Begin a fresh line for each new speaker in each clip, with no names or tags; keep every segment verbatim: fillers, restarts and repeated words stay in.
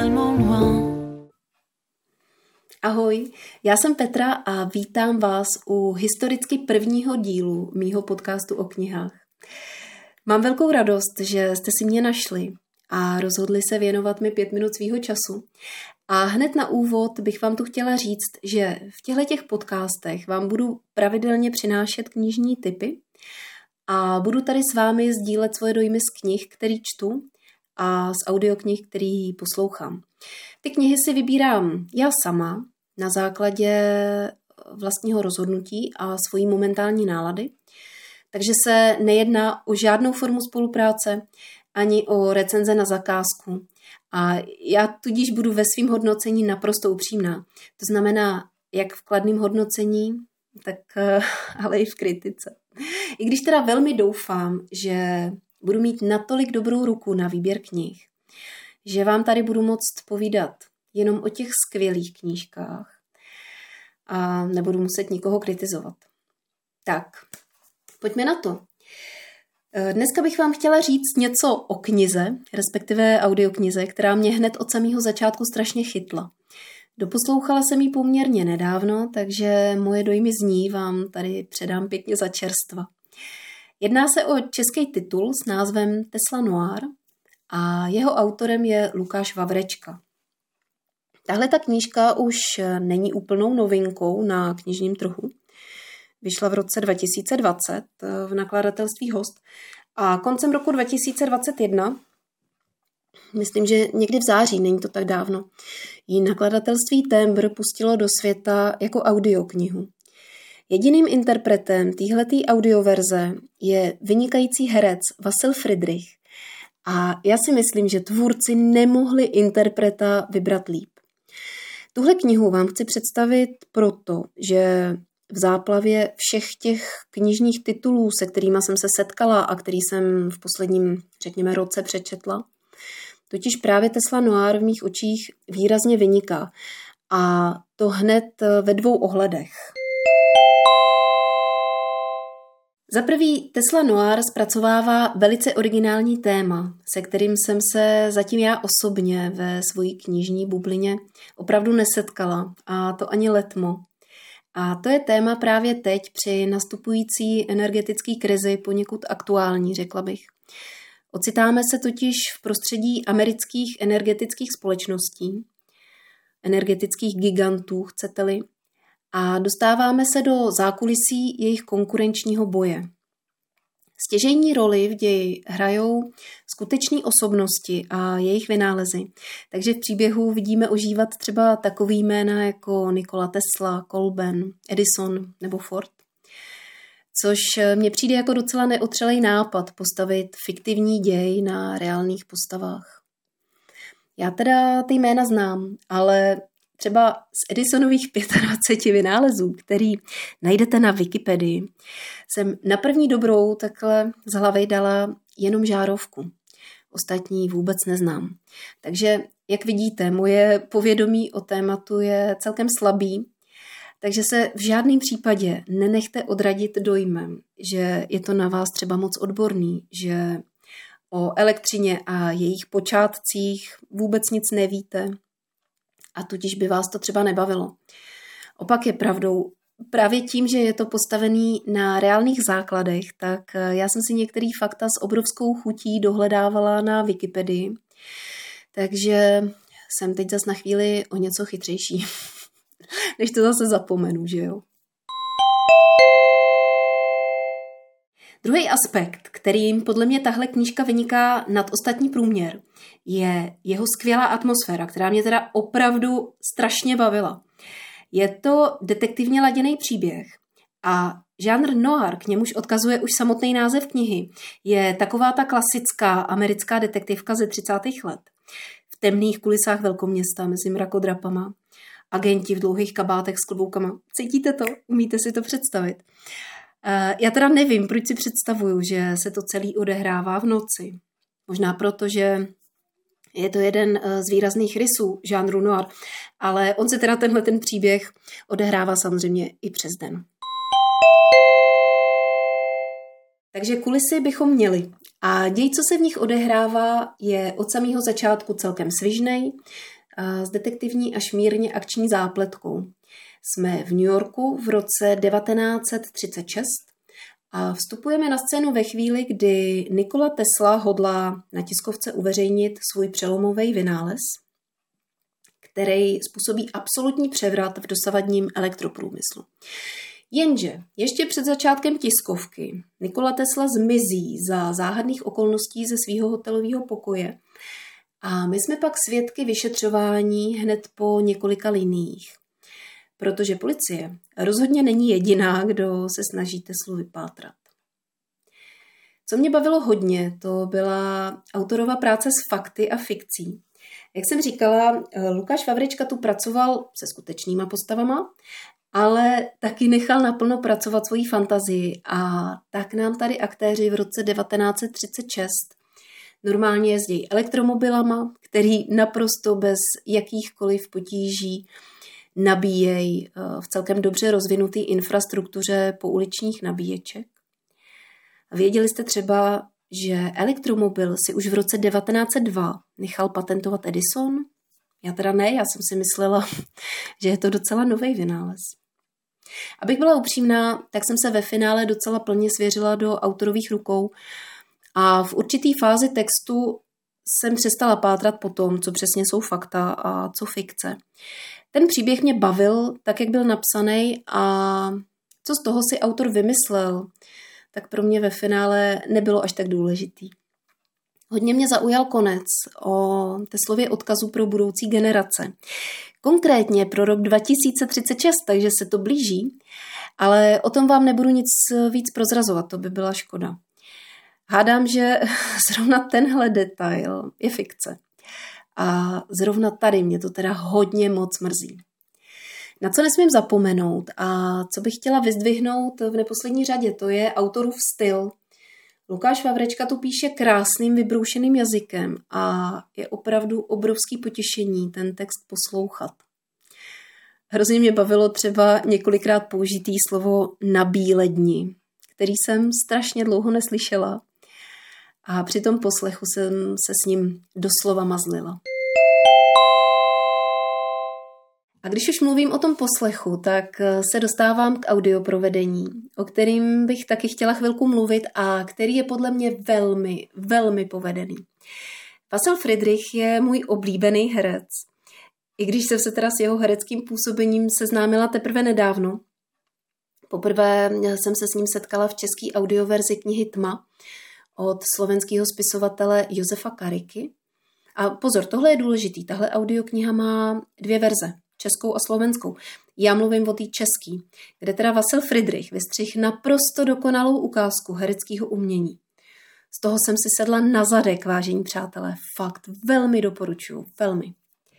tellement loin.
Ahoj, já jsem Petra a vítám vás u historicky prvního dílu mýho podcastu o knihách. Mám velkou radost, že jste si mě našli a rozhodli se věnovat mi pět minut svýho času. A hned na úvod bych vám tu chtěla říct, že v těchto těch podcastech vám budu pravidelně přinášet knižní tipy a budu tady s vámi sdílet svoje dojmy z knih, který čtu, a z audioknih, který poslouchám. Ty knihy si vybírám já sama na základě vlastního rozhodnutí a svojí momentální nálady, takže se nejedná o žádnou formu spolupráce ani o recenze na zakázku. A já tudíž budu ve svém hodnocení naprosto upřímná. To znamená, jak v kladném hodnocení, tak ale i v kritice. I když teda velmi doufám, že budu mít natolik dobrou ruku na výběr knih, že vám tady budu moct povídat jenom o těch skvělých knížkách a nebudu muset nikoho kritizovat. Tak, pojďme na to. Dneska bych vám chtěla říct něco o knize, respektive audioknize, která mě hned od samého začátku strašně chytla. Doposlouchala jsem ji poměrně nedávno, takže moje dojmy z ní vám tady předám pěkně za čerstva. Jedná se o český titul s názvem Tesla Noir a jeho autorem je Lukáš Vavrečka. Tahle ta knížka už není úplnou novinkou na knižním trhu. Vyšla v roce dva tisíce dvacet v nakladatelství Host a koncem roku dva tisíce dvacet jedna, myslím, že někdy v září, není to tak dávno, ji nakladatelství Tembr pustilo do světa jako audioknihu. Jediným interpretem téhletý audioverze je vynikající herec Vasil Fridrich a já si myslím, že tvůrci nemohli interpreta vybrat líp. Tuhle knihu vám chci představit proto, že v záplavě všech těch knižních titulů, se kterými jsem se setkala a který jsem v posledním, řekněme, roce přečetla, totiž právě Tesla Noir v mých očích výrazně vyniká. A to hned ve dvou ohledech. Za prvý, Tesla Noir zpracovává velice originální téma, se kterým jsem se zatím já osobně ve svojí knižní bublině opravdu nesetkala, a to ani letmo. A to je téma právě teď při nastupující energetické krizi poněkud aktuální, řekla bych. Ocitáme se totiž v prostředí amerických energetických společností, energetických gigantů, chcete-li, a dostáváme se do zákulisí jejich konkurenčního boje. Stěžejní roli v ději hrajou skutečné osobnosti a jejich vynálezy. Takže v příběhu vidíme ožívat třeba takový jména jako Nikola Tesla, Colben, Edison nebo Ford. Což mně přijde jako docela neotřelej nápad postavit fiktivní děj na reálných postavách. Já teda ty jména znám, ale třeba z Edisonových dvacet pět vynálezů, který najdete na Wikipedii, jsem na první dobrou takhle z hlavy dala jenom žárovku. Ostatní vůbec neznám. Takže, jak vidíte, moje povědomí o tématu je celkem slabý, takže se v žádném případě nenechte odradit dojmem, že je to na vás třeba moc odborný, že o elektřině a jejich počátcích vůbec nic nevíte, a tudíž by vás to třeba nebavilo. Opak je pravdou. Právě tím, že je to postavený na reálných základech, tak já jsem si některý fakta s obrovskou chutí dohledávala na Wikipedii. Takže jsem teď zas na chvíli o něco chytřejší. Než to zase zapomenu, že jo? Druhý aspekt, kterým podle mě tahle knížka vyniká nad ostatní průměr, je jeho skvělá atmosféra, která mě teda opravdu strašně bavila. Je to detektivně laděný příběh a žánr noir, k němuž odkazuje už samotný název knihy, je taková ta klasická americká detektivka ze třicátých let. V temných kulisách velkoměsta mezi mrakodrapama, agenti v dlouhých kabátech s kloboukama. Cítíte to? Umíte si to představit? Já teda nevím, proč si představuju, že se to celý odehrává v noci. Možná proto, že je to jeden z výrazných rysů žánru noir, ale on se teda tenhle ten příběh odehrává samozřejmě i přes den. Takže kulisy bychom měli. A děj, co se v nich odehrává, je od samého začátku celkem svižnej, s detektivní až mírně akční zápletkou. Jsme v New Yorku v roce devatenáct set třicet šest a vstupujeme na scénu ve chvíli, kdy Nikola Tesla hodlá na tiskovce uveřejnit svůj přelomový vynález, který způsobí absolutní převrat v dosavadním elektroprůmyslu. Jenže ještě před začátkem tiskovky Nikola Tesla zmizí za záhadných okolností ze svého hotelového pokoje a my jsme pak svědky vyšetřování hned po několika liniích. Protože policie rozhodně není jediná, kdo se snaží Teslu vypátrat. Co mě bavilo hodně, to byla autorova práce s fakty a fikcí. Jak jsem říkala, Lukáš Vavrička tu pracoval se skutečnýma postavama, ale taky nechal naplno pracovat svoji fantazii a tak nám tady aktéři v roce devatenáct set třicet šest normálně jezdí elektromobilama, který naprosto bez jakýchkoliv potíží nabíjejí v celkem dobře rozvinuté infrastruktuře pouličních nabíječek. Věděli jste třeba, že elektromobil si už v roce devatenáct set dva nechal patentovat Edison? Já teda ne, já jsem si myslela, že je to docela nový vynález. Abych byla upřímná, tak jsem se ve finále docela plně svěřila do autorových rukou a v určitý fázi textu jsem přestala pátrat po tom, co přesně jsou fakta a co fikce. Ten příběh mě bavil tak, jak byl napsaný a co z toho si autor vymyslel, tak pro mě ve finále nebylo až tak důležitý. Hodně mě zaujal konec o Teslově odkazu pro budoucí generace. Konkrétně pro rok dva tisíce třicet šest, takže se to blíží, ale o tom vám nebudu nic víc prozrazovat, to by byla škoda. Hádám, že zrovna tenhle detail je fikce. A zrovna tady mě to teda hodně moc mrzí. Na co nesmím zapomenout a co bych chtěla vyzdvihnout v neposlední řadě, to je autorův styl. Lukáš Vavrečka tu píše krásným vybroušeným jazykem a je opravdu obrovský potěšení ten text poslouchat. Hrozně mě bavilo třeba několikrát použitý slovo nabíledni, který jsem strašně dlouho neslyšela a při tom poslechu jsem se s ním doslova mazlila. A když už mluvím o tom poslechu, tak se dostávám k audioprovedení, o kterým bych taky chtěla chvilku mluvit a který je podle mě velmi, velmi povedený. Vasil Fridrich je můj oblíbený herec. I když jsem se teda s jeho hereckým působením seznámila teprve nedávno. Poprvé jsem se s ním setkala v české audioverzi knihy Tma od slovenského spisovatele Josefa Kariky. A pozor, tohle je důležitý. Tahle audiokniha má dvě verze, českou a slovenskou. Já mluvím o té český, kde teda Vasil Fridrich vystřih naprosto dokonalou ukázku hereckého umění. Z toho jsem si sedla na zadek, vážení přátelé. Fakt, velmi doporučuju, velmi.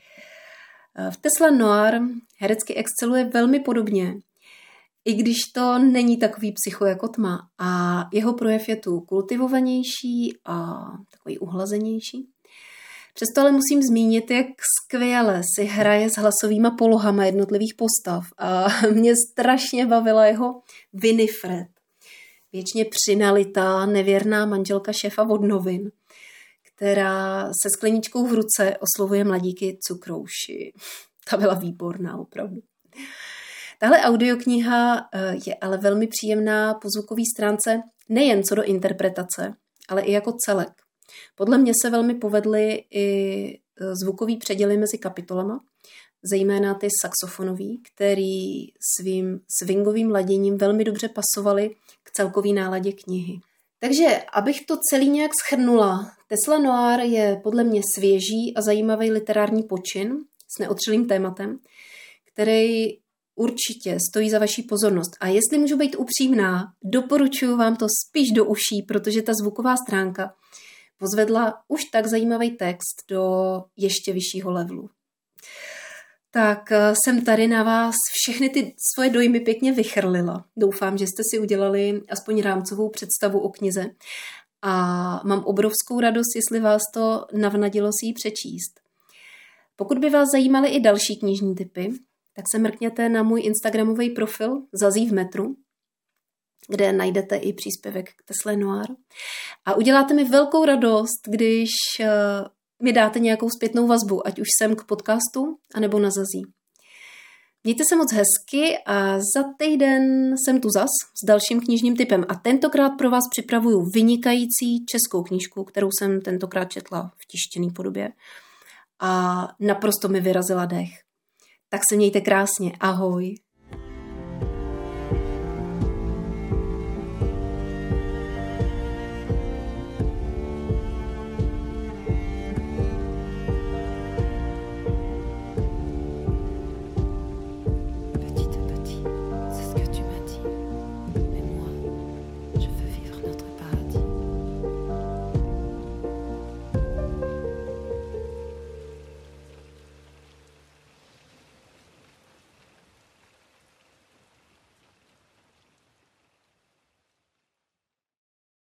V Tesla Noir herecky exceluje velmi podobně, i když to není takový psycho jako Tma a jeho projev je tu kultivovanější a takový uhlazenější. Přesto ale musím zmínit, jak skvěle si hraje s hlasovýma polohama jednotlivých postav a mě strašně bavila jeho Winifred, věčně přinalitá, nevěrná manželka šéfa vodnovin, která se skleničkou v ruce oslovuje mladíky cukrouši. Ta byla výborná, opravdu. Tahle audiokniha je ale velmi příjemná po zvukový stránce nejen co do interpretace, ale i jako celek. Podle mě se velmi povedly i zvukový předěly mezi kapitolama, zejména ty saxofonový, který svým swingovým laděním velmi dobře pasovaly k celkový náladě knihy. Takže, abych to celý nějak shrnula, Tesla Noir je podle mě svěží a zajímavý literární počin s neotřelým tématem, který určitě stojí za vaší pozornost. A jestli můžu být upřímná, doporučuji vám to spíš do uší, protože ta zvuková stránka pozvedla už tak zajímavý text do ještě vyššího levelu. Tak jsem tady na vás všechny ty svoje dojmy pěkně vychrlila. Doufám, že jste si udělali aspoň rámcovou představu o knize a mám obrovskou radost, jestli vás to navnadilo si ji přečíst. Pokud by vás zajímaly i další knižní tipy, tak se mrkněte na můj instagramový profil Zazí v metru, kde najdete i příspěvek k Tesle Noir. A uděláte mi velkou radost, když mi dáte nějakou zpětnou vazbu, ať už sem k podcastu, anebo na Zazí. Mějte se moc hezky a za týden jsem tu zas s dalším knižním tipem a tentokrát pro vás připravuju vynikající českou knížku, kterou jsem tentokrát četla v tištěné podobě a naprosto mi vyrazila dech. Tak se mějte krásně, ahoj.